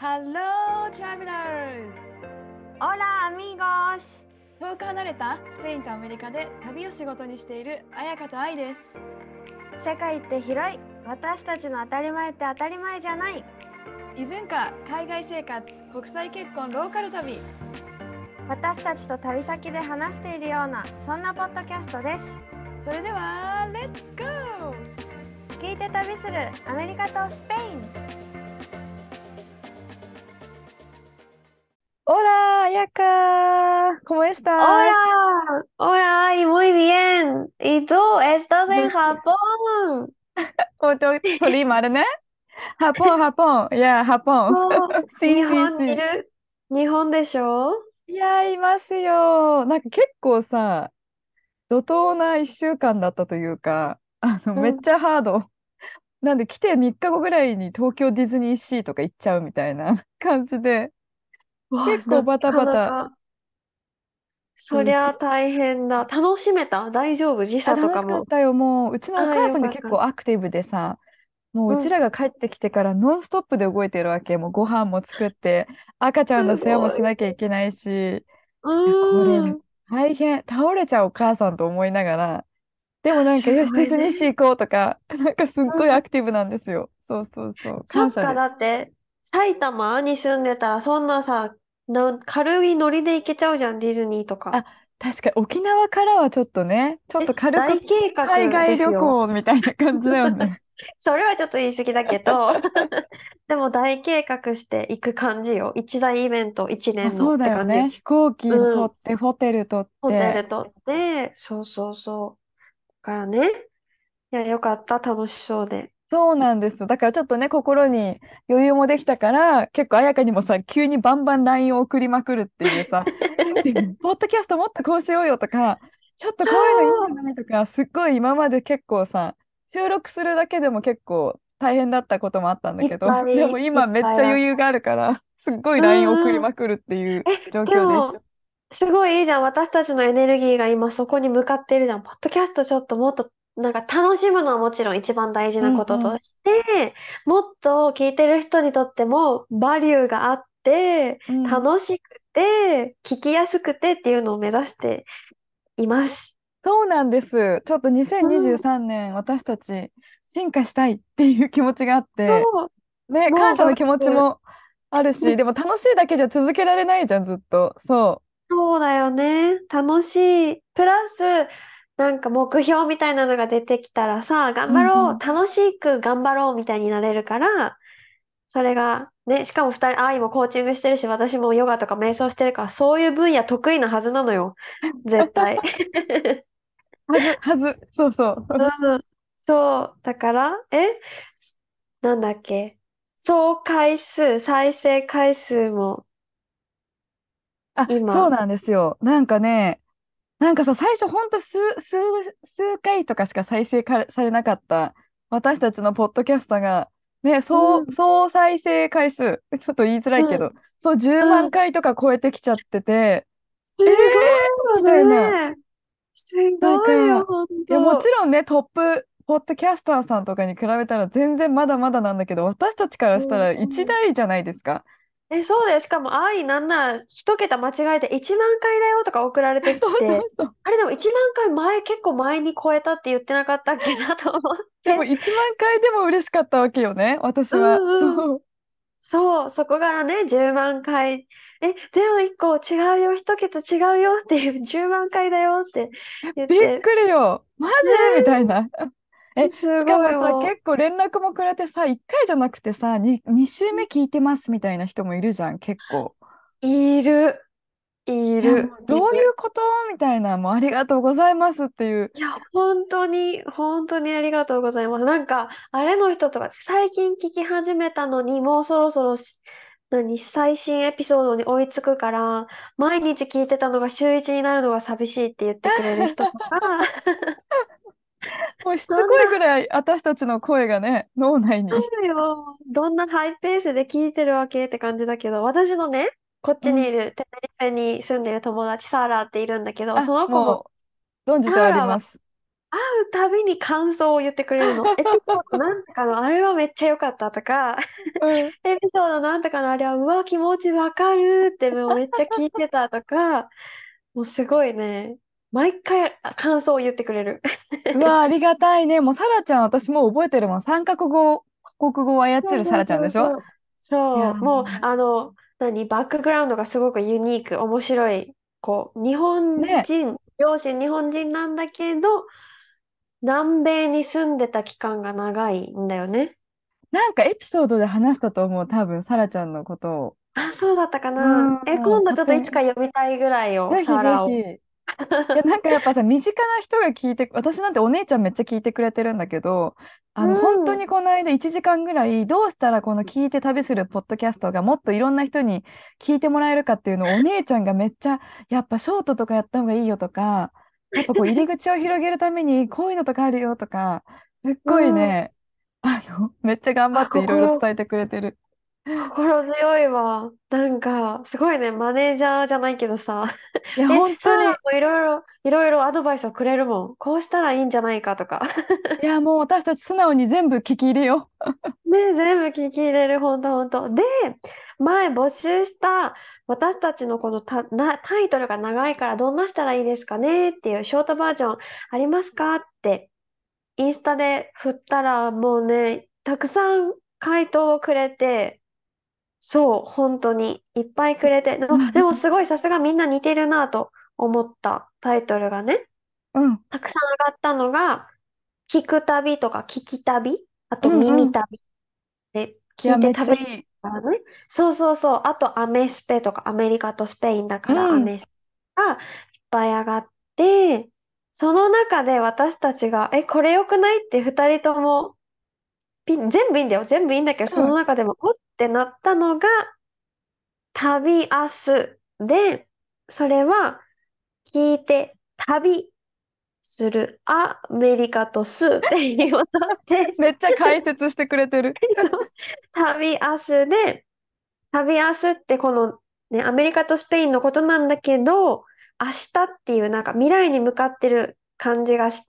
Hello, travelers! Hola amigos! 遠く離れたスペインとアメリカで旅を仕事にしている彩香と愛です。 世界って広い。私たちの当たり前って当たり前じゃない。 異文化、海外生活、国際結婚、ローカル旅。 私たちと旅先で話しているような、そんなポッドキャストです。 それでは、レッツゴー！ 聞いて旅するアメリカとスペイン。 Hola, Ayaka! ¿Cómo estás? Hola, hola y muy bien. ¿Y tú estás en Japón? Sorry, 丸ね。Japón. Yeah, Japón. そう、 Sí, 日 sí, 本にい sí. る。日本でしょ？ いや、いますよ。なんか結構さ、怒涛な一週間だったというか、めっうん。 ちゃハード。なんで来て3日後ぐらいに東京ディズニーシーとか行っちゃうみたいな感じで、 わ、な結構バタかバタ。 なか。そそううち、 りゃ大変だ。楽しめた？大丈夫？時差と楽かも。 しかったよ。もう、うちのおああ、 母さんが結よかった。 構アクティブでさ、もううちうん。 らが帰ってきてからノンストップで動いてるわけ。もうご飯も作って、赤ちゃんのす世話もごい。 しなきゃいけないし、いうや、これーん。い大変、倒れちゃうお母さんと思いながら、でもや、 なんか、よし、 すごいね。 ディズニーシー行こうとか、なんかすっごいうん。 アクティブなんですよ。そうそうそう、 そっか、 感謝です。 だって、埼玉に住んでたら、そんなさ、軽いノリで行けちゃうじゃん、ディズニーとか。 あ、確かに沖縄からはちょっとね、ちょっと軽く大計画で海外旅すよ。 行みたいな感じだよね。 それはちょっと言い過ぎだけど、でも大計画して行く感じよ。一大イベント、一あ、 年のそうって感じ。 だよね。飛行機うん。 取って、ホテル取っホテて。 ル取って、そうそうそう。だからね。いや、よかった。楽しそうで。 そうなんです。だからちょっとね、心に余裕もできたから、結構彩香にもさ、急にバンバン LINE を送りまくるっていうさ、ポッドキャストもっとこうしようよとか、ちょっとそこういうのいいんじゃう。 ないとか、すっごい今まで結構さ、収録するだけでも結構大変だったこともあったんだいっけど、 ぱでもいいっ今めっちゃぱいあった。 余裕があるから、すっごいう LINE 送りんうん。 まくるっていう状況です。 でも、すごいいいじゃん。私たちのエネルギーが今そこに向かってるじゃん。ポッドキャストちょっともっと、なんか楽しむのはもちろん一番大事うなんうん。 こととして、もっと聞いてる人にとってもバリューがあって、 うん。 楽しくて、聞きやすくてっていうのを目指しています。 そうなんです。ちょっと2023 うん。 年、私たち進化したいっていう気持ちがあって、 そう。 ね、 もう5 感謝の気持ち月。 もあるし、でも楽しいだけじゃ続けられないじゃん、ずっと。そそうだよね。楽しい。プラス、なんか目標みたいなのが出てきたらさ、頑う。う張ろう。 んうん。 楽しく頑張ろうみたいになれるから、それが、ね、しかも二人、今コーチングしてるし、私もヨガとか瞑想してるから、そういう分野得意なはずなのよ。絶対。 そうそう。 うん。そう。だから、なんだっけ。再生回数もあ、そう今、 なんですよ。なんかね、なんかさ、最初ほんと数回とかしか再生されなかった私たちのポッドキャストが、ね、 うん、 総再生回数、ちょっと言いづらいけうん、 ど、そう10 うん。 万回とか超えてきちゃってて、 すえーごいみたいな。 よね。すなんごいよ、 か、 ほんいや、もちと。 ろんね、トップポッドキャスターさんとかに比べたら全然まだまだなんだけど、私たちからしたうんら一うん。 大じゃないですか。 そうだよ。しかも、なんなら、一桁間違えて1万回だよとか送られてそうそきて、 うそう。 あれでも1万回結構前に超えたって言ってなかったっけなと思っでもて。 1万回でも嬉しかったわけよね、私うは。 んうん。 そう。 そう、そこからね、10万回、ゼロ1個違うよ、一桁違うよっていう、10万回だよって言って、 びっくりよ。マジみたいねな。しすかもさ、 ごいも結構連絡もくれてさ、1回じゃなくてさ、2週目聞いてますみたいな人もいるじゃん、結構。 う、いる、いいや、もる、 うどういういる。 ことみたいな、もうありがとうございますっていう。 いや、本当に、本当にありがとうございます。なんか、あれの人とか、最近聞き始めたのに、もうそろそろ最新エピソードに追いつくから、毎日聞いてたのが週一になるのが寂しいって言ってくれる人とか、 もうしつこいぐそんな、 らい私たちの声がね、脳内そに。 うよ、どんなハイペースで聞いてるわけって感じだけど、私のね、こっうん。 ちにいる、テネリフェに住んでる友達、サーラっているんだけど、 あ、 その子も、 もう存じておりサーラはます。 会うたびに感想を言ってくれるの。エピソードなんとかのあれはめっちゃ良かったとか、 うん。 エピソードなんとかのあれは、うわ、気持ちわかるってもうめっちゃ聞いてたとか、もうすごいね、毎回感想を言ってくれる。 うわ、ありがたいね。もう、サラちゃん、私もう覚えてるもん。国語を操るサそうそうラちゃんでしょ？ そうそう。 いやそう、もう、 ー、 バックグラウンドがすごくユニーク、面白い。こう、日本ね、 人、両親日本人なんだけど、南米に住んでた期間が長いんだよね。 なんかエピソードで話したと思う。多分、サラちゃんのことを。 あ、そうだったかうな。今度ちょっといつん。 か読みたいぐらいよ、 ぜひぜひ。 サラを。 いや、なんかやっぱさ、身近な人が聞いて、私なんてお姉ちゃんめっちゃ聞いてくれてるんだけど、 う本当ん。 にこの間1時間ぐらい、どうしたらこの聞いて旅するポッドキャストがもっといろんな人に聞いてもらえるかっていうのをお姉ちゃんがめっちゃ、やっぱショートとかやった方がいいよとか、やっぱこう入り口を広げるためにこういうのとかあるよとか、すっうごいん。 ね、めっちゃ頑張あ、 っていろいろ伝えてくれてる。 心強いわ。なんか、すごいね、マネージャーじゃないけどさ。 いや、 サラ本当に。 もいろいろアドバイスをくれるもん。こうしたらいいんじゃないかとか。 いや、もう私たち素直に全部聞き入れよね、全部聞き入れる、ほんとほんと。で、前募集した私たちのこのタイトルが長いからどんなしたらいいですかねっていうショートバージョンありますかってインスタで振ったらもうね、たくさん回答をくれて、そう、本当にいっぱいくれて、でもう。 すごいさすがみんな似てるなと思ったタイトルがね、 うん、 たくさん上がったのが、聞く旅とか聞き旅、あとうん、うん。 耳旅でいや、 聞いてめっちゃ旅するいい。 からね。そうそうそう。あとアメスペとかアメリカとスペインだうからアん、 メスペがいっぱい上がって、その中で私たちが、これ良くないって二人とも全部いいんだよ。全部いいんだけど、そうん。 の中でも、おってなったのが、旅明日で、それは聞いて旅するアメリカとスっていうので、 めっちゃ解説してくれてる。 そう、旅明日で、旅明日ってこのね、アメリカとスペインのことなんだけど、明日っていうなんか未来に向かってる感じがして、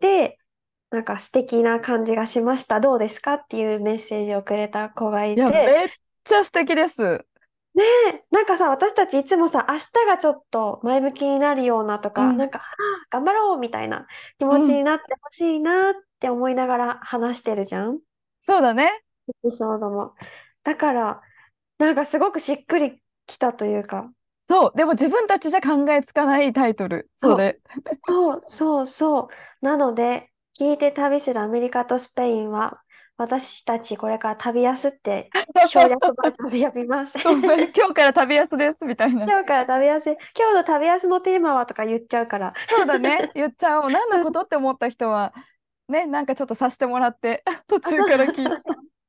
なんか素敵な感じがしました。どうですかっていうメッセージをくれた子がいや、 いて、 めっちゃ素敵です。 ねなんかさ、私たちいつもさ、明日がちょっと前向きになるようなとか、 うん、 なんか、頑張ろうみたいな気うん。 持ちになってほしいなって思いながら話してるじゃん、 そうだね。 エピソードも。だから、なんかすごくしっくりきたというか、 そう。でも自分たちじゃ考えつかないタイトル。そそう、 れ。 そう。なので、聞いて旅するアメリカとスペインは、私たちこれから旅安って省略バージョンで呼びます。 ごめん、今日から旅安です、みたいな。 今日から旅安、今日の旅安のテーマはとか言っちゃうから。 そうだね。言っちゃおう。何のことって思った人は、ね、なんかちょっとさせてもらって、途あ、 中から聞いて。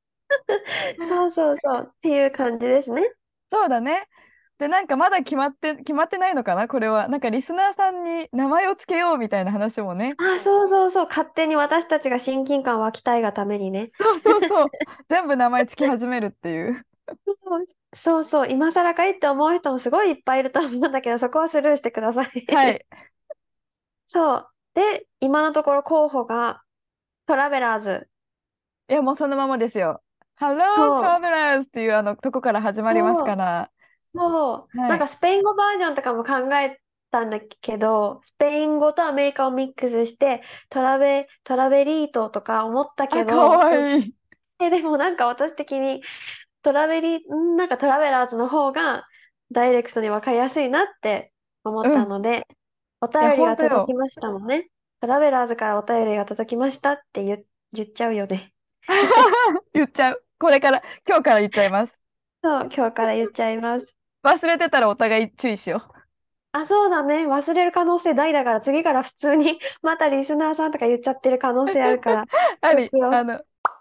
っていう感じですね。 そうだね。で、なんかまだ決まってないのかな、これは。なんかリスナーさんに名前をつけようみたいな話もね。 あ、勝手に私たちが親近感湧きたいがためにね。 そうそうそう。全部名前つき始めるっていう。 今更かいって思う人もすごいいっぱいいると思うんだけど、そこはスルーしてください。 はい。 そう。で、今のところ候補がトラベラーズ。 いや、もうそのままですよ。Hello, そう、 travelers っていうとこから始まりますそう、 から。 なんかはい。 スペイン語バージョンとかも考えたんだけど、スペイン語とアメリカをミックスして、トラベリートとか思ったあ、かけど、 わいい。 でもなんか私的になんかトラベラーズの方がダイレクトに分かりやすいなって思っうん。 たので、おいや、 便りがほんとよ。 届きましたもんね。トラベラーズからお便りが届きましたって言っちゃうよね。 言っちゃう。これから、今日から言っちゃいます。 そう、今日から言っちゃいます。 忘れてたらお互い注意しよう。 あ、そうだね。忘れる可能性大だから次から普通にまたリスナーさんとか言っちゃってる可能性あるから気をつあり、 けよう。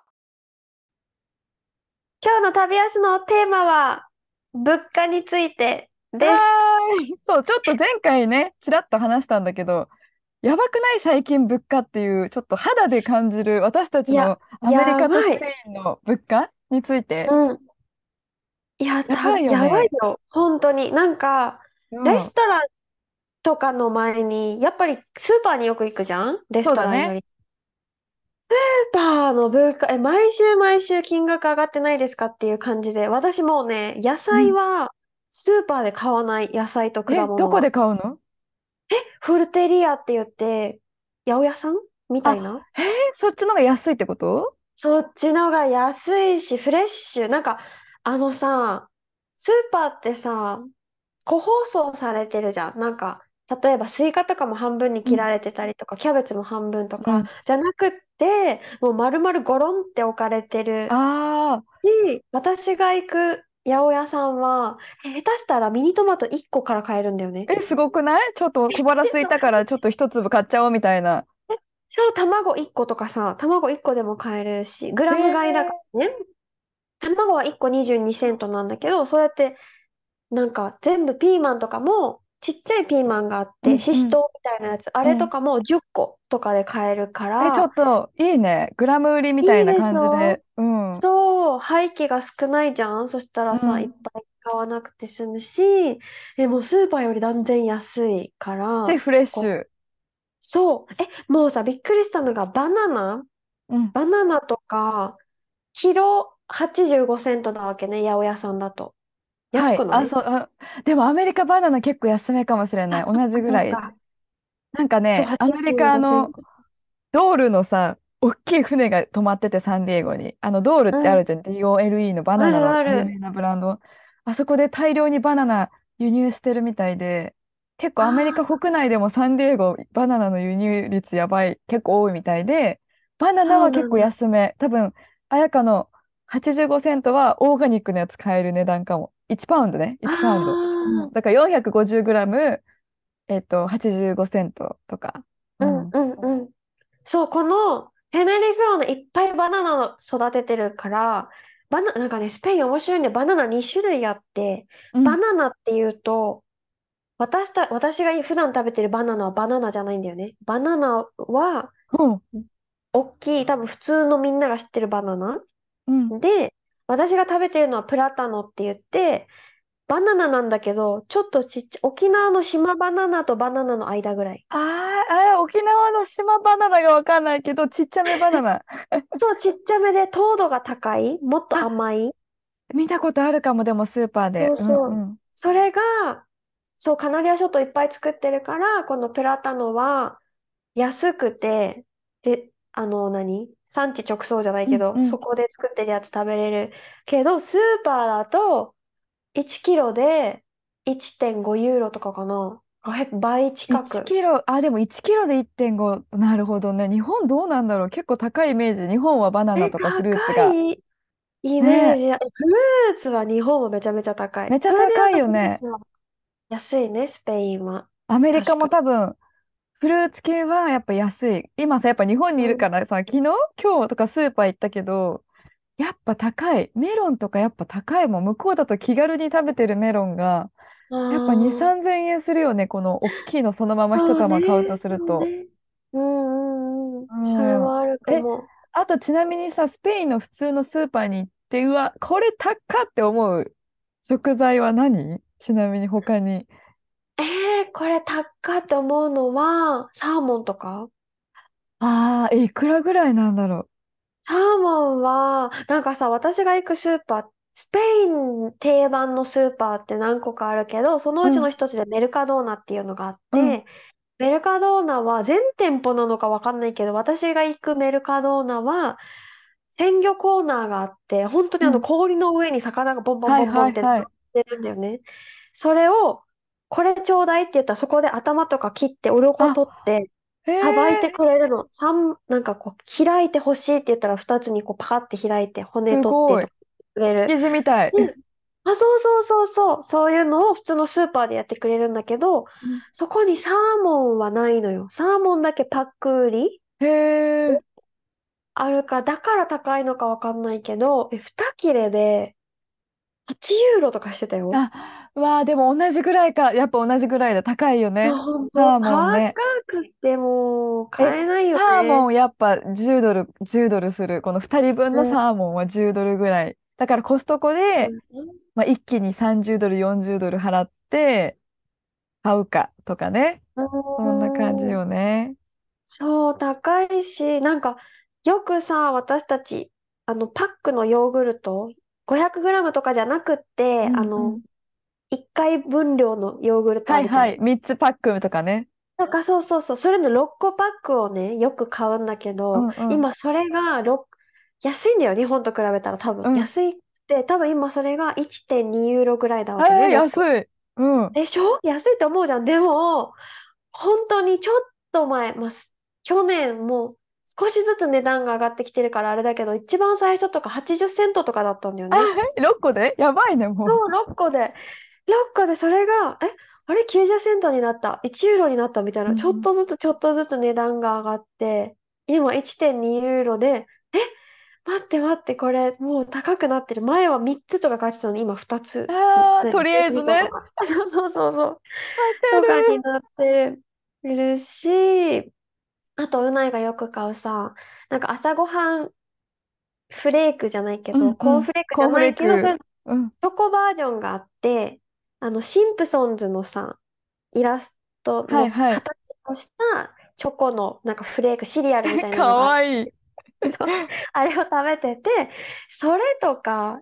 今日の旅安のテーマは物価についてはです。 ーい。そう、ちょっと前回ね、ちらっと話したんだけど、やばくない最近物価っていう、ちょっと肌で感じる私たいや、 ちのアメリカとスやばい。 ペインの物価について、 うん。いや、 やばいよやばいね。 よ。本当に。なんか、 うん。 レストランとかの前に、やっぱりスーパーによく行くじゃんレスそうだね。 トランより。 ーパーの物価、毎週毎週金額上がってないですかっていう感じで、私もうね、野うん。 菜はスーパーで買わない、野菜と果どこで物は。 買うの？ フルテリアって言って、八百屋さんみたいな。 あ、そっちの方が安いってこと？ そっちのが安いし、フレッシュ。なんか、あのさ、スーパーってさ、個包装されてるじゃん。なんか、例えばスイカとかも半分にうん。 切られてたりとか、キャベツも半分とか、 うん。 じゃなくって、もう丸々ゴロンって置かれてるああ、 し、私が行く八百屋さんは、下手したらミニトマト1個から買えるんだよね。 すごくない？ちょっと小腹空いたからちょっと一粒買っちゃおうみたいな。 そう、卵1個とかさ、卵1個でも買えるし、グえラム買いだかー、 らね。卵は1個22セントなんだけど、そうやってなんか全部ピーマンとかもちっちゃいピーマンがあって、 うんうんししとうみたいなやつ、あうん。 れとかも10個とかで買えるかちょら、 っといいね。グラム売りみたいないいでしょ？ 感じで。うん。うそう、廃棄が少ないじゃん。そしたらさ、いっん。 ぱい買わなくて済むし、もうスーパーより断然安いから、 フレッそこ。 シュ。 そう、もうさ、びっくりしたのがうん。 バナナとか、キロ85セントなわけね、八百屋さんだと。安はい。あ、 くない？ そう。でもアメリカバナナ結構安めかもしれない。 あ、そっ同じかぐらい。 そっか。 なんかそう、 ね、アメリ 85センカト。 ドールのさ、大きい船が止まってて、サンディエゴに。ドールっうん、 てあるじゃん。DOLE のバナあナるある。 の有名なブランド。あそこで大量にバナナ輸入してるみたいで、結構アメリああ、 カ国内でもサンディエゴバナナの輸入率やばい、結構多いみたいで、バナナは結構そうなんだ。 安め。多分、綾香の85セントはオーガニックのやつ買える値段かも。1パウンドね。 あ 1パウンド。うん、 あ、 だから450グラム、85セントとか。ううんん。 うんうん。そう、このテネリフェはね、いっぱいバナナを育ててるから、なんかね、スペイン面白いんで、バナナ2種類あって、 うん。 バナナっていうと、私が普段食べてるバナナはバナナじゃないんだよね。バナナは、 うん。 大きい、多分普通のみんなが知ってるバナナ。 うん。 で、私が食べてるのはプラタノって言って、バナナなんだけど、ちょっとちっちゃい、沖縄の島バナナとバナナの間ぐらい。 沖縄の島バナナがわかんないけど、ちっちゃめバナナ。 そう、ちっちゃめで糖度が高い、もっとあ、 甘い。 見たことあるかも、でもスーパーで。 そううんそう。 うん。 それが、そう、カナリア諸島いっぱい作ってるから、このプラタノは安くて、で、産地直送じゃないけど、 うんうん。 そこで作ってるやつ食べれるけど、スーパーだと1キロで1.5ユーロとかかな。倍近 1 く。 キロ、でも1キロで1.5、なるほどね。日本どうなんだろう。結構高いイメージ。日本はバナナとかフルーツが。 高いイメーね、 ジ。フルーツは日本はめちゃめちゃ高い。 めっちゃそれで言う高いとよね。 フルーツは安いね、スペインは。 アメリカ確かに。 も多分、フルーツ系はやっぱ安い。今さ、やっぱ日本にいるうん。 からさ、今日とかスーパー行ったけど、やっぱ高い。メロンとかやっぱ高いもん。向こうだと気軽に食べてるメロンが、 あやっぱ2、 あ、 3000円するよね。この大きいのそのまま一そうね、 玉買うとすると。 そうね。うんうんうん。それうん。 はあるかも。 あとちなみにさ、スペインの普通のスーパーに行って、うわ、これ高っって思う食材は何？ちなみに他に。 これ高って思うのは、サーモンとか。 いくらぐらいなんだろサーモンは、なんかさ、私が行くスーパー、スペイン定番のスーパーって何個かあるけど、そのう。 ううん、 ちの一つでメルカドーナっていうのがあっうん、 て、メルカドーナは全店舗なのかわかんないけど、私が行くメルカドーナは鮮魚コーナーがあって、本当にうん。 氷の上に魚がボンボンはいボンボンって乗っはいはい。 てるんだよね。それを、これちょうだいって言ったらそこで頭とか切って鱗取っあ、 て、 へさばいてえ、 くれるの。なんかこう、開いてほしいって言ったら二つにこうパカって開いて骨すごい。 取ってとかくれる。 築地みたしい。 そうそうそうそう。そういうのを普通のスーパーでやってくれるんだけど、 うん。 そこにサーモンはないのよ。サーモンだけパック売りへえ。 あるか、だから高いのかわかんないけど、2切れで8ユーロとかしてたよ。 でも同じぐらいか。やっぱ同じぐらいだ。高いよいや、 ね。 ほんと、 サーモン高ね。 くてもう買えないよサーモね。 ンやっぱ10ドル、10ドルする。この2人分のうん。 サーモンは10ドルぐらい。だからコストコで、まあ、一気に30ドル、40ドル払って買うかとかね。 うそんな感じん。 よね。 そう、高いし、なんか、 よくさ、私たち、パックのヨーグルト、500グラムとかじゃなくって、 うんうん。 1回分量のヨーグルトあるじゃん。 はいはい。3つパックとかね。 なんかそうそうそう、それの6個パックをね、よく買うんだけど、 うんうん。 今それが安いんだよ、日本と比べたら多分。 うん。 安いって、多分今それが1.2ユーロぐらいだわけね、 はい、 6個。 安い。うん。 でしょ？安いと思うじゃん。でも、本当にちょっと前、去年も少しずつ値段が上がってきてるからあれだけど、一番最初とか80セントとかだったんだよあ、 ね。 6個でやばいね、もそう、6個で。6個でそれが、あれ90セントになった。1ユーロになったみたいう。うな。 んうん。 ちょっとずつ値段が上がって、今1.2ユーロで、待って待って、これもう高くなってる。前は3つとか書いてたのに、今2つ。 ああ、とりあえず 12個とね。 か。そうそうそうそう。 わかとかにる。 なってるし、あと、うないがよく買うさ、なんか朝ごはんフレークじゃないけど、 うんうん。 コーンフレークじゃコーンフないけど、それ、 レーク。うん。 チョコバージョンがあって、シンプソンズのさ、イラストのはいはい。 形をしたチョコのなんかフレーク、シリアルみたいなかのがある。 わいい。 そう、あれを食べてて、それとか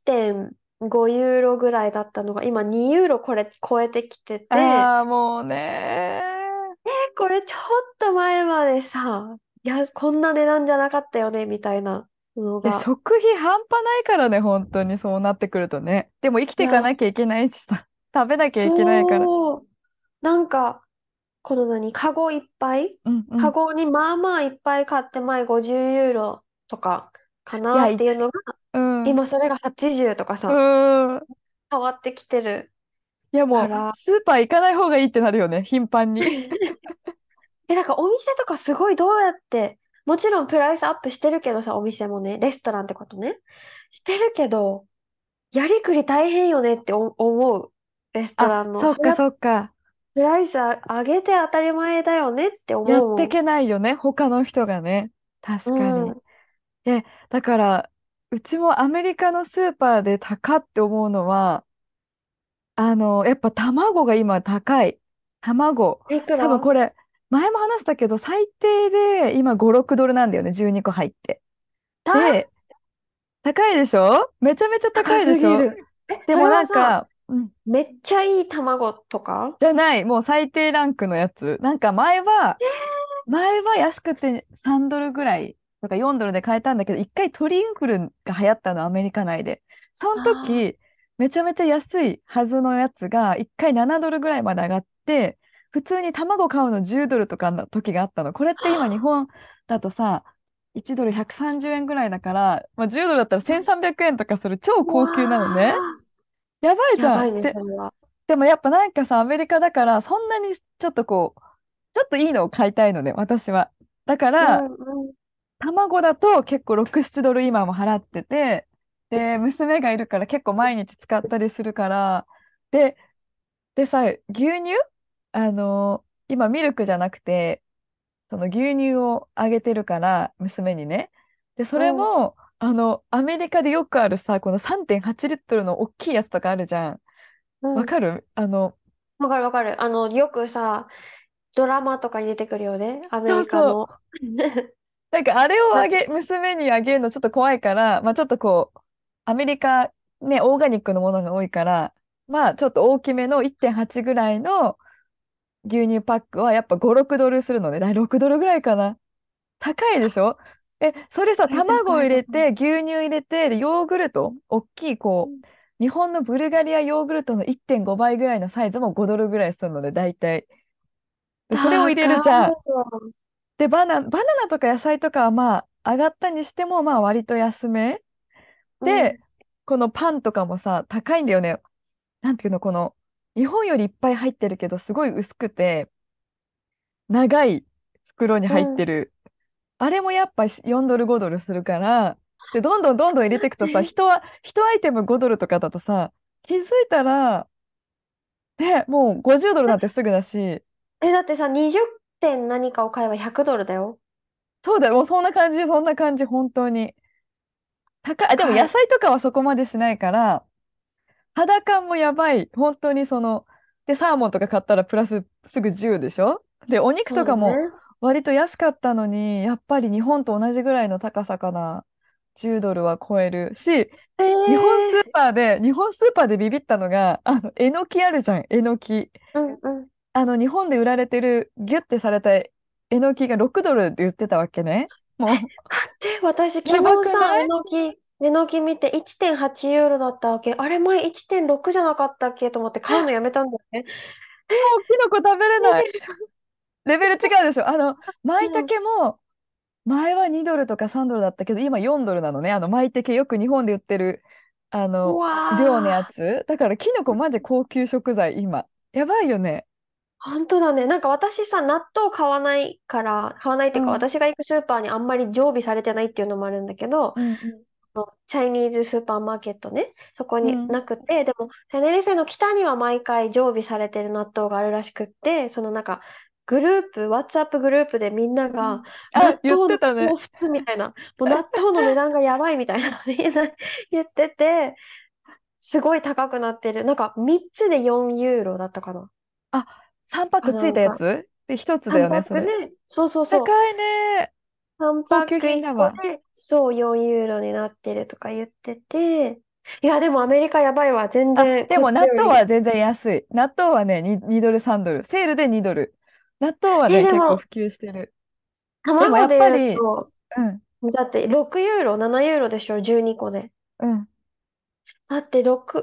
1.5ユーロぐらいだったのが、今2ユーロこれ超えてきてて、 ああ、もうね。 これちょっと前までさ、いや、こんな値段じゃなかったよね、みたいなのいや、 が。 食費半端ないからね、本当にそうなってくるとね。でも生きていかいや、 なきゃいけないしさ、食べなきゃいけないから。 そう、なんか、このカゴいっぱいうんうん。 カゴにまあまあいっぱい買って前50ユーロとかかいや、 なっていうのが、 うん。 今それが80とかうさ、 ん。 変わってきてるいや、もう、 から。 スーパー行かない方がいいってなるよね、頻繁に。 なんかお店とかすごいどうやって、もちろんプライスアップしてるけどさ、お店もね、レストランってことね。してるけど、やりくり大変よねって思う。レストあ、 ランの。 そっかそっか。 プライス上げて当たり前だよねってやって思うもけないよね、他の人がね。 ん。 確かに。 うん。 だから、うちもアメリカのスーパーで高って思うのは、やっぱ卵が今高い。卵。 いくら多分これ、前も話したけど、最低で今5、6ドルなんだよね、12個入って。 たで、高いでしょ？めちゃめちゃ高高いでしょ？ すぎる。そでもれはさ、 うん、 めっちゃいい卵とか？ じゃない、もう最低ランクのやつ。前は安くて3ドルぐらいとか4ドルで買えたんだけど、一回鳥インフルが流行ったの、アメリカ内で。そのあ時、めちゃめちゃ安いはずのやつが、一回7ドルぐらいまで上がって、普通に卵買うの10ドルとかの時があったの。これって今日あ。 本だとさ、1ドル130円ぐらいだから、まあ、10ドルだったら1300円とかする超うわ高級なのね。 あ、 やばいじゃん。 やばいね、それは。 でもやっぱなんかさ、アメリカだから、そんなにちょっとこう、ちょっといいのを買いたいのね、私は。だかうら、 んうん。 卵だと結構6、7ドル今も払ってて、で、娘がいるから結構毎日使ったりするから、で、でさ、牛乳今ミルクじゃなくて、その牛乳をあげてるから、娘にね。で、そうん。 れも、アメリカでよくあるさ、この3.8リットルの大きいやつとかあるじゃん。 うん。 わかる？ わかるわかる。よくさ、ドラマとかに出てくるよね。アメそうそう。 リカの。 なんかあれをな娘にあげるのちょっと怖いから、まあちょっとこう、アメリカね、オーガニックのものが多いから、まあちょっと大きめの1.8ぐらいの牛乳パックはやっぱ5、6ドルするのね。6ドルぐらいかな。高いでしょ？それさ、 これ卵を高い高い。 入れて、牛乳入れて、でヨーグルト、大きいこうん。 う、日本のブルガリアヨーグルトの1.5倍ぐらいのサイズも5ドルぐらいするので、大体。で、それを入れ高いるじゃん。 よ。 で、バナナとか野菜とかはまあ、上がったにしても、まあ、割と安め。で、 うん。 このパンとかもさ、高いんだよね。なんていうの、日本よりいっぱい入ってるけど、すごい薄くて、長い袋にうん。 入ってる。あれもやっぱ4ドル、5ドルするから、で、どんどんどんどん入れていくとさ、1アイテム5ドルとかだとさ、気づいたら、ね、もう50ドルなんてすぐだし、 だってさ、20点何かを買えば100ドルだよ。 そうだよ、もうそんな感じ、そんな感じ、本当に。高い。あ、でも高い。 野菜とかはそこまでしないから、肌感もやばい。本当にで、サーモンとか買ったらプラスすぐ10でしょ？で、お肉そうだとかも、 ね。 割と安かったのに、やっぱり日本と同じぐらいの高さかな。10ドルは超えるし、 えー、 日本スーパーでビビったのが、えのきあるじゃん、えのき。 うんうん。 日本で売られてるギュッてされたえのきが6ドルで売ってたわけね。も待って、私う、やば昨日さ、 くない？ えのき見て1.8ユーロだったわけ。あれ前1.6じゃなかったっけと思って買うのやめたんだよね。 もうキノコ食べれない。レベル違うでしょ。舞うん。 茸も、前は2ドルとか3ドルだったけど、今4ドルなのね。舞茸よく日本で売ってる、 う量のやわー。 つ。だからキノコマジ高級食材、今。やばいよね。 本当だね。なんか私さ、納豆買わないから、買わないっていうか、 うん。 私が行くスーパーにあんまり常備されてないっていうのもあるんだけど、 うんうんチャイニーズスーパーマーケットね、そこにうん。 なくて、でも、テネリフェの北には毎回常備されてる納豆があるらしくって、そのなんか、グループ、WhatsApp グループでみんなが、 うん。あ、 納言っ豆のてたね。 放出みたいな、もう納豆の値段がやばいみたいな、みんな言ってて、すごい高くなってる。なんか、3つで4ユーロだったかな。 あ、3パッかクついたなんか、 やつで、1つだよ 3パね、それ。 ックで、そうそうそう、 高いね。 3パ高級ック1 品だわ。 個で、そう、4ユーロになってるとか言ってて、いや、でもアメリカやばいわ。全あ、 然こっでも納ちより。 豆は全然安い。納豆はね、2ドル、3ドル。セールで2ドル。納豆はね、 でも、 結構普及してる。でもやっ卵で言うぱり、 と、 うん、 だって6ユーロ、7ユーロでしょ、12個で。 うん。 だって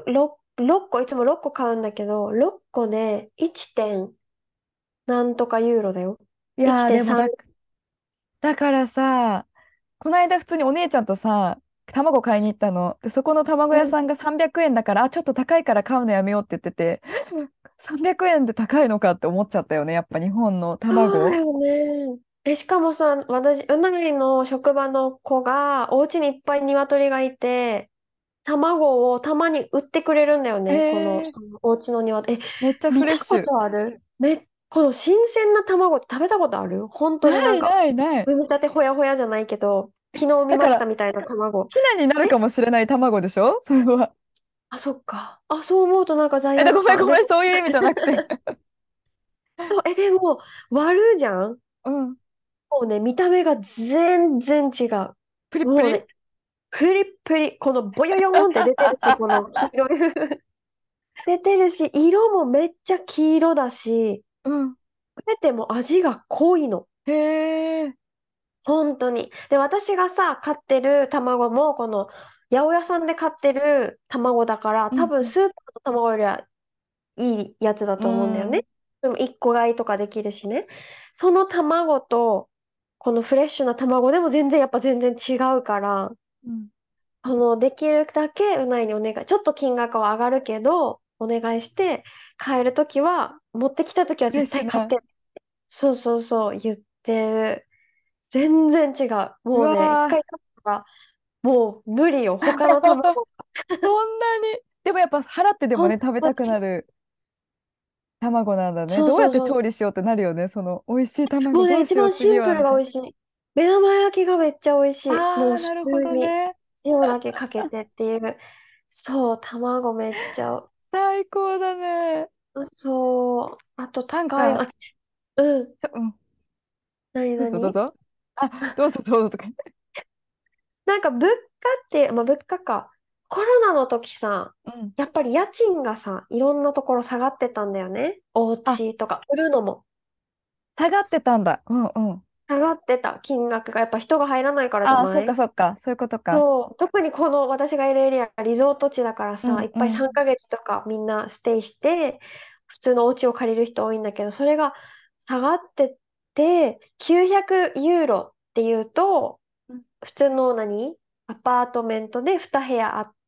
6個、いつも6個買うんだけど、6個で 1. 点なんとかユーロだよ。 いやー、でも 1.3。 だからさ、この間普通にお姉ちゃんとさ、卵買いに行ったの。で、そこの卵うん。 屋さんが300円だから、あ、ちょっと高いから買うのやめようって言ってて、300円で高いのかって思っちゃったよね。やっぱ日本の卵。 そうだよね。しかもさ、私、うなぎの職場の子が、お家にいっぱい鶏がいて、卵をたまに売ってくれるんだよへね。 え、 そのお家の庭で。 めっちゃフ見たこレッシュ。 とあるこの新鮮な卵って食べたことある本当にないなんか、 ないない。 産みたてほやほやじゃないけど、昨日見ましただから、 みたいな卵。 ヒナになるえかもしれない卵でしょそれは。 あ、そっか。あ、そう思うとなんか罪ご悪感。でも、 めんごめん、そういう意味じゃなくて。 そう、でも、割るじゃんうん。 もうね、見た目が全然違う。 プリップリ。 もうね、プリップリ、このボヨヨーンって出てるし、この黄色い部分出てるし、色もめっちゃ黄色だし、 うん。 食べても味が濃いの。 へえ。 本当に。で、私がさ、飼ってる卵も、この、八百屋さんで買ってる卵だから、多分うんうんスーパーの卵よりはいいやつだうと思うんだよね。 ん。 でも1個買いとかできるしね。その卵と、このフレッシュな卵でも全然やっぱ全然違うから、 うん。 できるだけうないにお願い。ちょっと金額は上がるけど、お願いして、買えるときは、持ってきたときはフレッ絶シュな。 対買って。そうそうそう、言ってる。全然違う。 うもうね、一わー。 回食べたら、もう無理よ。他の卵。 そんなに。でもやっぱ払ってでもね、 本食べたく当に。 なる卵なんだね。 そうどうやってそうそう。 調理しようってなるよね。その、美味しい卵もうね、 どうしよう、 一番シンプル次は、みたいな。 が美味しい。目玉焼きがめっちゃ美味しい。もああ、 う普なるほ通にどね。 塩だけかけてっていう。そう、卵めっちゃ、 最高だね。 そう。あと高いの。 なんか、 うん。 うん、どうぞどう何ぞ。あ、どうぞどうぞとか。 なんか物価って、まあ物価か。コロナの時さ、 うん。 やっぱり家賃がさ、いろんなところ下がってたんだよね。おあ、 家とか売るのも。 下がってたんだ。うんうん。 下がってた金額がやっぱ人が入らないからじゃああ、そっないかそっか。そういうことか。 そう、特にこの私がいるエリア、リゾート地だからうさ、いっぱいんうん。 3ヶ月とかみんなステイして、普通のお家を借りる人多いんだけど、それが下がってて、900ユーロっていうと、 うん普通のアパートメントで2部屋あって、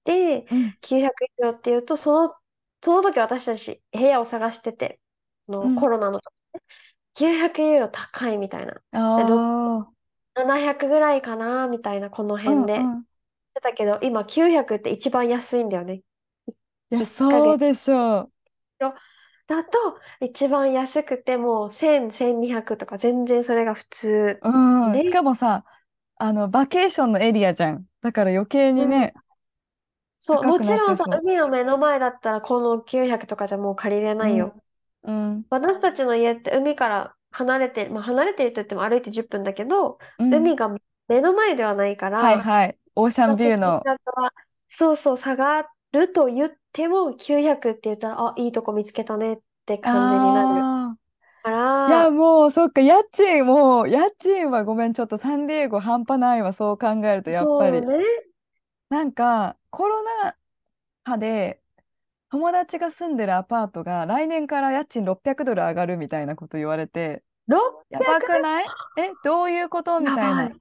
うん 900ユーロっていうと、その時私たち部屋を探してて、コうん。 ロナの時、900ユーロ高いみたいな。で、 あ 700ぐらいかなみたいな、このあ、う辺で。 んうん。 だけど、今900って一番安いんだよね。 いや、 1ヶ月そうでしょう。 だと一番安くても1000、1200とか全然それが普通うん。しで、 かもさ、バケーションのエリアじゃん。だから余計うん、 にね、 そう、 高くなっもちろんさ、 てそ海の目の前だったらこの900とかじゃもう借りれう。 ないよ。 うん。うん。 私たちの家って海から離れてる、まあ離れてると言っても歩いて10分だけど、 うん。 海が目の前ではないから、 はいはい。オーシャンビュー金の。 額は、そうそう、下がると言っても900って言ったら、あ、いいとこ見つけたねって感じになるああ。 かいや、 ら、 もう、そっか、家賃はごめん、ちょっとサンディエゴ半端ないわ、そう考えると、やっぱり。 そうよね。 なんか、コロナ禍で、友達が住んでるアパートが来年から家賃600ドル上がるみたいなこと言われて、やば 600? くないどういうことみたいな。 やばい。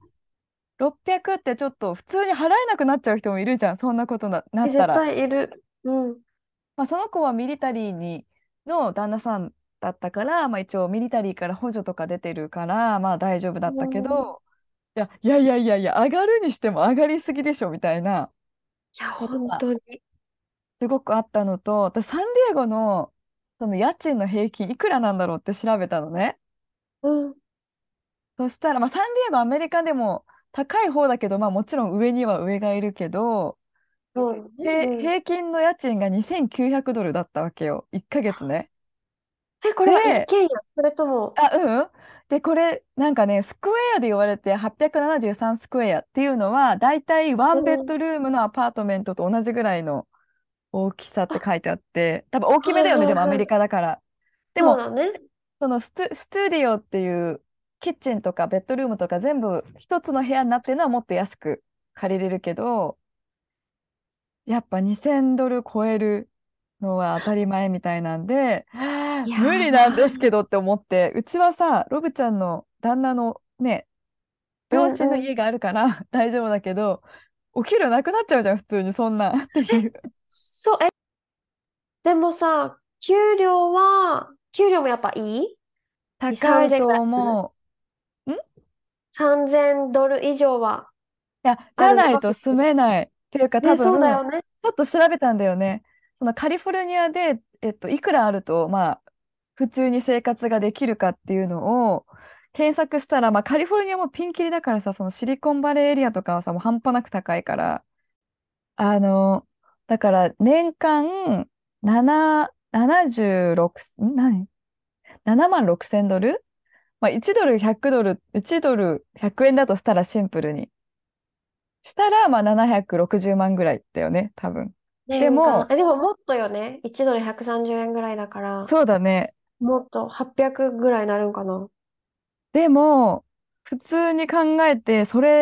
600ってちょっと普通に払えなくなっちゃう人もいるじゃん、そんなことなった絶ら。 対いる。うん。 まあ、その子はミリタリーの旦那さんだったから、まあ、一応ミリタリーから補助とか出てるから、まあ大丈夫だうったけん。いど、いや、上がるにしても上がりすぎでしょみたいなや、 ことが本当に。 すごくあったのと、私サンディエゴのその家賃の平均いくらなんだろうって調べたのね。 うん。 そしたら、まあ、サンディエゴアメリカでも高い方だけど、まあ、もちろん上には上がいるけど、 そうよね。うん。 平均の家賃が2900ドルだったわけよ。1ヶ月ね。 え、これは一で、 軒家、それとも、 うん。で、これ、なんかね、スクエアで言われて873スクエアっていうのは、だいたいワうンベッん。 ドルームのアパートメントと同じぐらいの大きさってあ、 書いてあって、多分大きめはいだよね、でもアメリはいはい。 カだから。でも、 そうだね。 そのスタディオっていうキッチンとかベッドルームとか全部一つの部屋になってるのはもっと安く借りれるけど、やっぱ2000ドル超えるのは当たり前みたいなんで、無や理なんでばい。 すけどって思って、うちはさ、ロブちゃんの旦那のね、両うんうん。 親の家があるから大丈夫だけど、お給料なくなっちゃうじゃん、普通にそんなってえ、 いう。 そう、でもさ、給料もやっぱいい？ 高い 3000 ぐらといする？ 思う。 3000 ドル以上はいや、じゃあるのないと住が普通？ めない。っていうか多ね、そうだ分、 よね。 ちょっと調べたんだよね。そのカリフォルニアで、いくらあると、まあ、普通に生活ができるかっていうのを検索したら、まあ、カリフォルニアもピンキリだからさ、そのシリコンバレーエリアとかはさ、もう半端なく高いから、あの、だから年間7、76、何 ?7 万6千ドル、まあ、1ドル100ドル、1ドル100円だとしたらシンプルに。したら、まあ、760万ぐらいだよね、多分。で年間。 も、 でももっとよね。1ドル130円ぐらいだから、 そうだね。 もっと800ぐらいになるんかな。 でも、普通に考えて、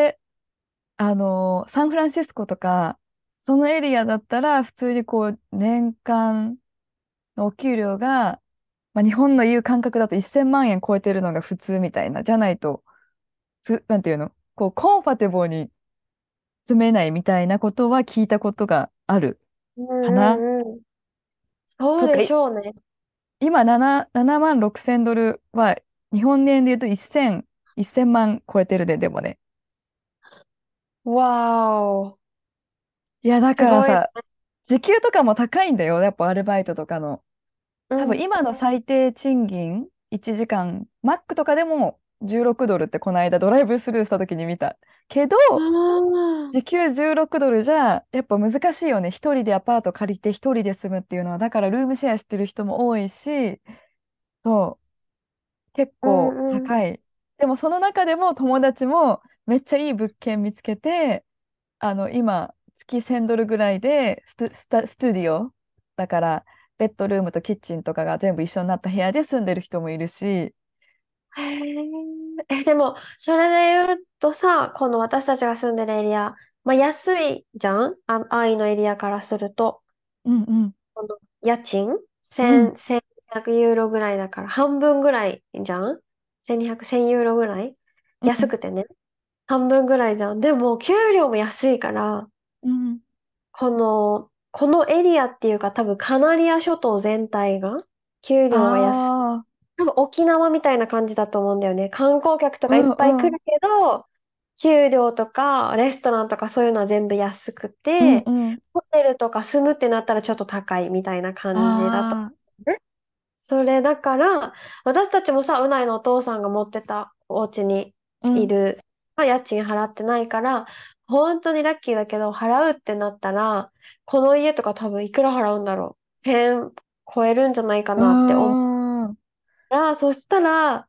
サンフランシスコとか、そのエリアだったら、普通にこう、年間のお給料が、まあ、日本の言う感覚だと1000万円超えてるのが普通みたいな。じゃないと、なんていうのこう、コンファテボーに住めないみたいなことは聞いたことがあるうんかな。 うんうん。そうそっか、 でしょうね。 今7万6千ドルは、日本円で言うと1000万超えてるで、でもね。 わーお。 いや、だすごいね。 からさ、時給とかも高いんだよ、やっぱアルバイトとかの。多分うん。 今の最低賃金、1時間、マックとかでも16ドルってこの間ドライブスルーした時に見た。けど、 ああ。 時給16ドルじゃ、やっぱ難しいよね。一人でアパート借りて一人で住むっていうのは。だからルームシェアしてる人も多いし、そう、結う構んうん。 高い。でもその中でも友達もめっちゃいい物件見つけて、今、月1000ドルぐらいでスタディオ、だから、ベッドルームとキッチンとかが全部一緒になった部屋で住んでる人もいるし、 へえ。でも、それで言うとさ、この私たちが住んでるエリア、まあ安いじゃん、愛のエリアからすると。 うんうん。 この家賃うん。 1200ユーロぐらいだから半分ぐらいじゃん？ 1200、1000ユーロぐらいうん。 安くてね。半分ぐらいじゃん。でも、給料も安いから、 うん。 このエリアっていうか多分カナリア諸島全体が給料が安い。 ああ、 多分沖縄みたいな感じだと思うんだよね。観光客とうかいっんうん。 ぱい来るけど、給料とかレストランとかそういうのは全部安くて、 うんうん。 ホテルとか住むってなったらちょっと高いみたいな感じだと。 ああ、 ね。それだから、私たちもさ、うないのお父さんが持ってたお家にうん。 いる、まあ、家賃払ってないから、本当にラッキーだけど、払うってなったら、この家とか多分いくら払うんだろう。1000超えるんじゃないかうーなって思うん。 から、そしたら、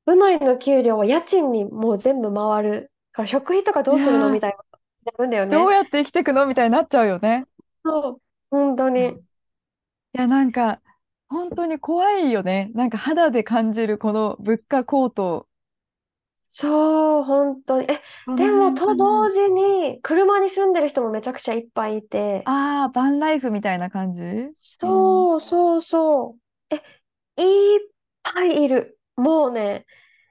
うないの給料は家賃にもう全部回る。から食費とかどいうするのやー、 みたいな。なるんだよね。 どうやって生きていくのみたいになっちゃうよね。 そう。本当に。 いや、なんか、本当に怖いよね。なんか肌で感じるこの物価高騰。 そう、本当に。 このでも、 辺かな。 と同時に、車に住んでる人もめちゃくちゃいっぱいいて、 ああ、バンライフみたいな感じ。うん。 そうそうそう。いっぱいいる。もうね、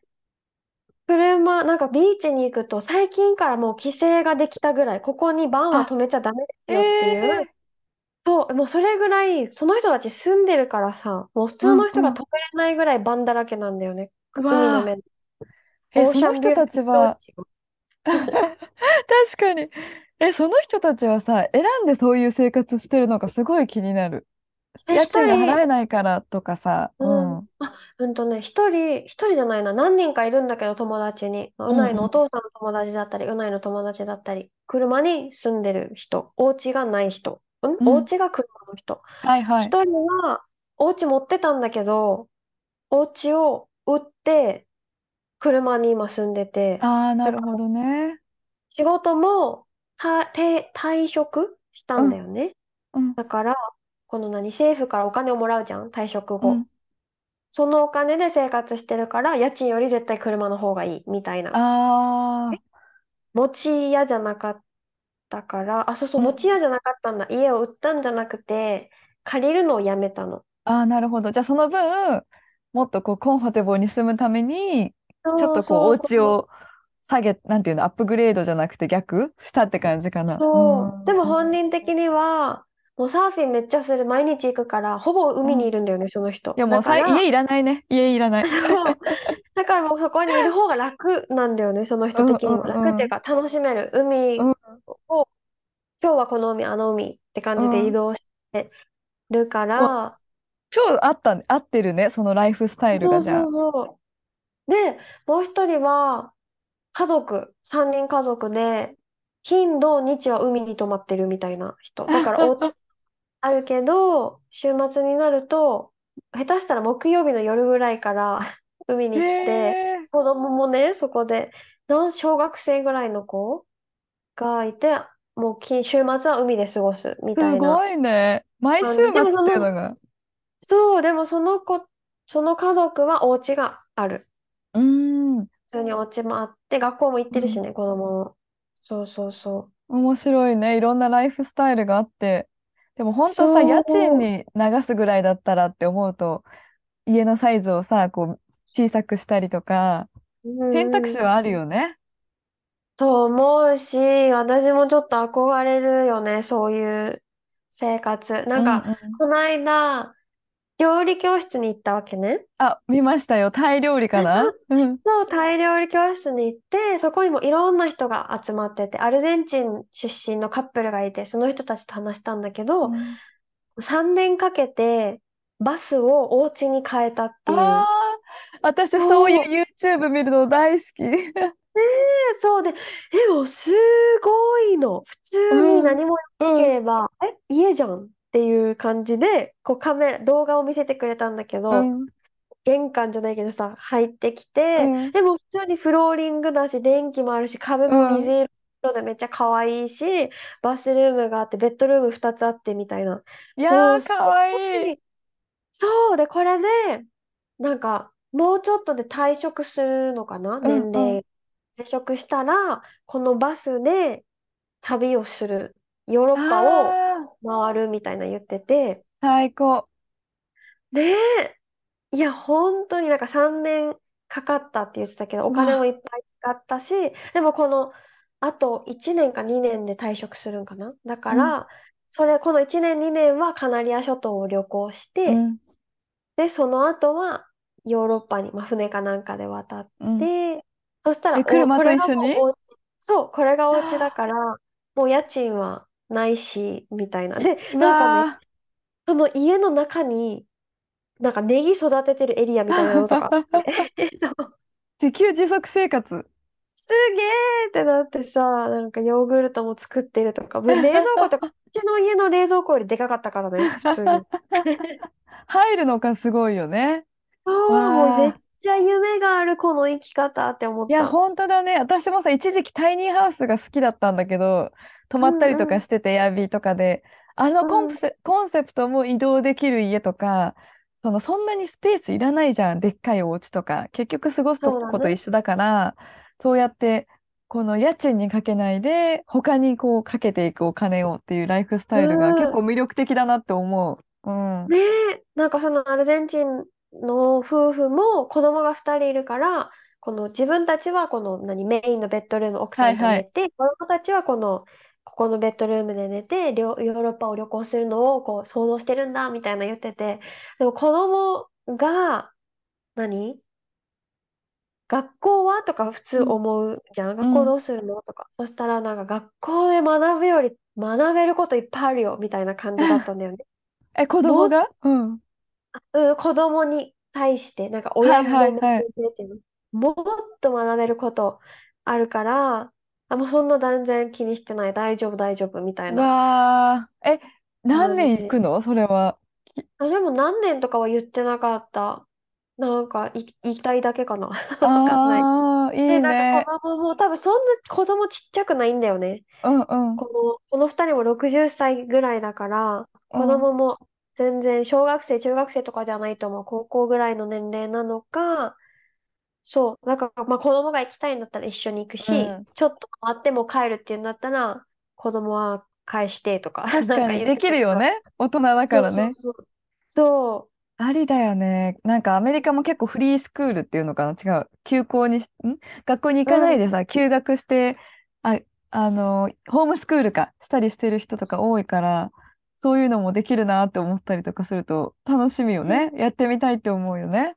なんかビーチに行くと、最近からもう規制ができたぐらい、ここにバンはあ、 止めちゃダメですえよっていう、 えそう、もうそれぐらい、その人たち住んでるからさ、もう普う通のんうん。 人が止めれないぐらいバンだらけなんだよね。 うわ海の面。 ー。 オーそシャンビューテの人たちは、 ィーロッジ。 確かに。その人たちはさ、選んでそういう生活してるのがすごい気になる。家賃が一人、 払えないからとかさ、ううん。 ん。 一人じゃないな、何人かいるんだけど、友達に。まあううんないのおうん。 父さんの友達だったり、うないの友達だったり、車に住んでる人、お家がない人、おうん。 家が車の人。 はいはい。 一人は、お家持ってたんだけど、お家を売って、車に今住んでて、 ああ、なだからるほどね。 仕事も退職したうん、 んだよね。 うん、 だから、この政府からお金をもらうじゃん、退職後。 うん。 そのお金で生活してるから、家賃より絶対車の方がいい、みたいな。えああ、 持ち家じゃなかったから、あ、そうそう、 うん。 持ち家じゃなかったんだ。家を売ったんじゃなくて、借りるのをやめたの。 ああ、なるほど。じゃあその分、もっとこうコンフォーテブルに住むために、ちょっそうとこうおそうそう。 家をなんていうの、アップグレードじゃなくて逆したって感じかな。うそう。でもん。 本人的には、もうサーフィンめっちゃする、毎日行くから、ほぼ海にうん。いいるんだよね、その人。 やもう家いらないね。家いらない。 そう。だからもうそこにいる方が楽なんだよね、そのうん人的にも。楽っていううんか、楽しめる。海うん。 を、今日はこの海、あの海って感じで移うん。 動してるかもうら、 超合ってるね。そのライフスタイルがじゃあ。 そうそうそう。で、もう一人は、三人家族で、金土日は海に泊まってるみたいな人。だからお家あるけど、週末になると、下手したら木曜日の夜ぐらいから海へに来て、 え、 子供もね、そこで、小学生ぐらいの子がいて、もう週末は海で過ごすみたいなすごいね。毎週感じ。でも末っていうのが。 でもその家族はお家がある。 うーん。 普通にお家もあって、学校も行っうん。 てるしね、子供も。そうそうそう。 面白いね。いろんなライフスタイルがあって。でも本当さ、家賃そう。 に流すぐらいだったらって思うと、家のサイズをさ、こう、小さくしたりとか、選択うんうん。 肢はあるよね。 と思うし、私もちょっと憧れるよね、そういう生活。なうんんか、 うん。 この間、料理教室に行ったわけね。 あ、見ましたよ。タイ料理かな。うん。 そう、タイ料理教室に行って、そこにもいろんな人が集まってて、アルゼンチン出身のカップルがいて、その人たちと話したんだけど、 うん。 3年かけてバスをお家に変えたっあていう。 あ、私そういそう。 う YouTube 見るの大好き。 そうで、でもすごいの。普通にうん。 何もなけうん。 れば、家じゃんっていう感じで、こう動画を見せてくれたんだけど、 うん。 玄関じゃないけどさ、入ってきて、 うん。 でも普通にフローリングだし、電気もあるし、壁うん。 も水色でめっちゃ可愛いし、バスルームがあって、ベッドルーム2つあってみたいな。 いやー、 もうすかわごいい。 い。そうで、これで、なんか、もうちょっとで退職するのかな、 うんうん。 年齢。退職したら、このバスで旅をする。ヨーロッパをああ、 回るみたいな言ってて。 最高。 ねいや、本当になんか3年かかったって言ってたけど、おうわ、 金もいっぱい使ったし、でもあと1年か2年で退職するんかな。だかうん、 ら、この1年2年はカナリア諸島を旅行して、 うん、 で、その後はヨーロッパに、まあ、船かなんかで渡っうん。 て、そしたら、 車とこれが一緒に。 もうそう、これがお家だから、もう家賃はないし、みたいな。で、 うなんかね、 わその家の中に、なんかネギ育ててるエリアみたいなのとかあって、 ー。自給自足生活。 すげーってなってさ、なんかヨーグルトも作ってるとか、もう冷蔵庫とか、うちの家の冷蔵庫よりでかかったからね、普通に。 入るのかすごいよね。 そう、もうめっちわあ。 ちゃ夢がある、この生き方って思いや、 った。 本当だね。私もさ、一時期タイニーハウスが好きだったんだけど、泊まったりとうんうんかしてて、エアビーとかで、 うん。 コンセプトも移動できる家とか、そんなにスペースいらないじゃん、でっかいお家とか。結局過ごすとそうだね。 こと一緒だから、そうやって、この家賃にかけないで、他にこうかけていくお金をっていうライフスタうイルが結構ん。 魅力的だなって思う。うん。 ねえ、なんかそのアルゼンチンの夫婦も子供が2人いるから、この自分たちはこのメインのベッドルーム奥さんとはいはい。 寝て、子供たちはここのベッドルームで寝て、ヨーロッパを旅行するのをこう想像してるんだみたいな言ってて、でも子供が何学校はとか普通うん。 思うじゃん。 うん。 学校どうするのとか。そしたらなんか学校で学ぶより学べることいっぱいあるよみたいな感じだったんだよね。 え、子供もがうん。 子供に対して、なんかはい親の目はいはい。 線っていうの、もっと学べることあるから、もうそんな全然気にしてない、大丈夫、大丈夫みたいなわー、何年行く感じ。 のそれは。 でも何年とかは言ってなかった。なんか言いたいだけかな。わかんない。 あー、いで、 いなんか子ね。 供も多分そんな子供ちっちゃくないんだよね。 うんうん、 この二人も60歳ぐらいだから、子うん、 供も全然小学生、中学生とかではないと思う。高校ぐらいの年齢なのか、そう。だから、まあ子供が行きたいんだったら一緒に行くし、 うん。 ちょっと待っても帰るっていうんだったら、子供は返してとか、 確なんかかに、でき言ってたけど。 るよね。大人だかそうらね。 そうそう。そありだよね。なんかアメリカも結構フリースクールっていうのかな違う。学校に行う。うん。 かないでさ、休学して、あ、ホームスクールか、したりしてる人とか多いから、そういうのもできるなって思ったりとかすると楽しみよね、 ね。やってみたいって思うよね。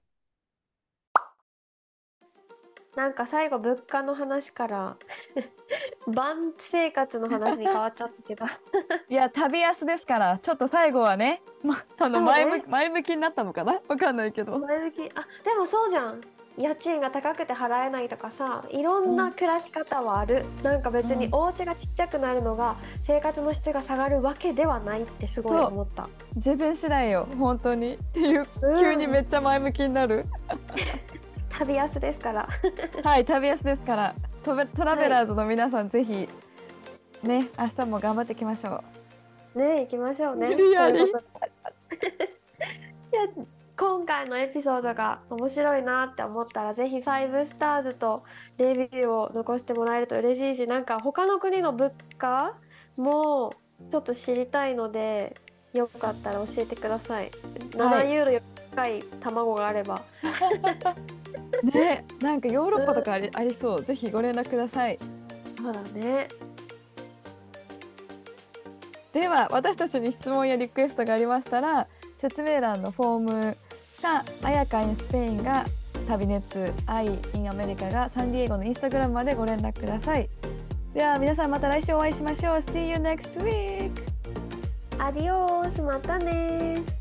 なんか最後物価の話から晩生活の話に変わっちゃったけど。 いや、旅安ですから、ちょっと最後はね、 そうね。 前向きになったのかなわかんないけど。 前向き。でもそうじゃん。家賃が高くて払えないとかさ、いろんなうん、 暮らし方はある。なんか別にうん。 お家がちっちゃくなるのが生活の質が下がるわけではないってすごいそう、 思った。 自分次第よ、本当に。っていう、急にうん。 めっちゃ前向きになる。 旅安ですから。 はい、旅安ですから、トラベはい。 ラーズの皆さん、ぜひ、ね、明日も頑張っていきましょね、行きましょうう。無ね。 理やり。 ということで。いや、今回のエピソードが面白いなって思ったら、ぜひ5スターズとレビューを残してもらえると嬉しいし、なんか他の国の物価もちょっと知りたいので、よかったら教えてください。7 はい。 ユーロより高い卵があれば。 ね、なんかヨーロッパとうん、 かありそう。ぜひご連絡ください。 そうだね。 では、私たちに質問やリクエストがありましたら、説明欄のフォームか、あやか in スペインが旅熱、I in アメリカがサンディエゴのインスタグラムまでご連絡ください。では皆さんまた来週お会いしましょう。See you next week! アディオース、またね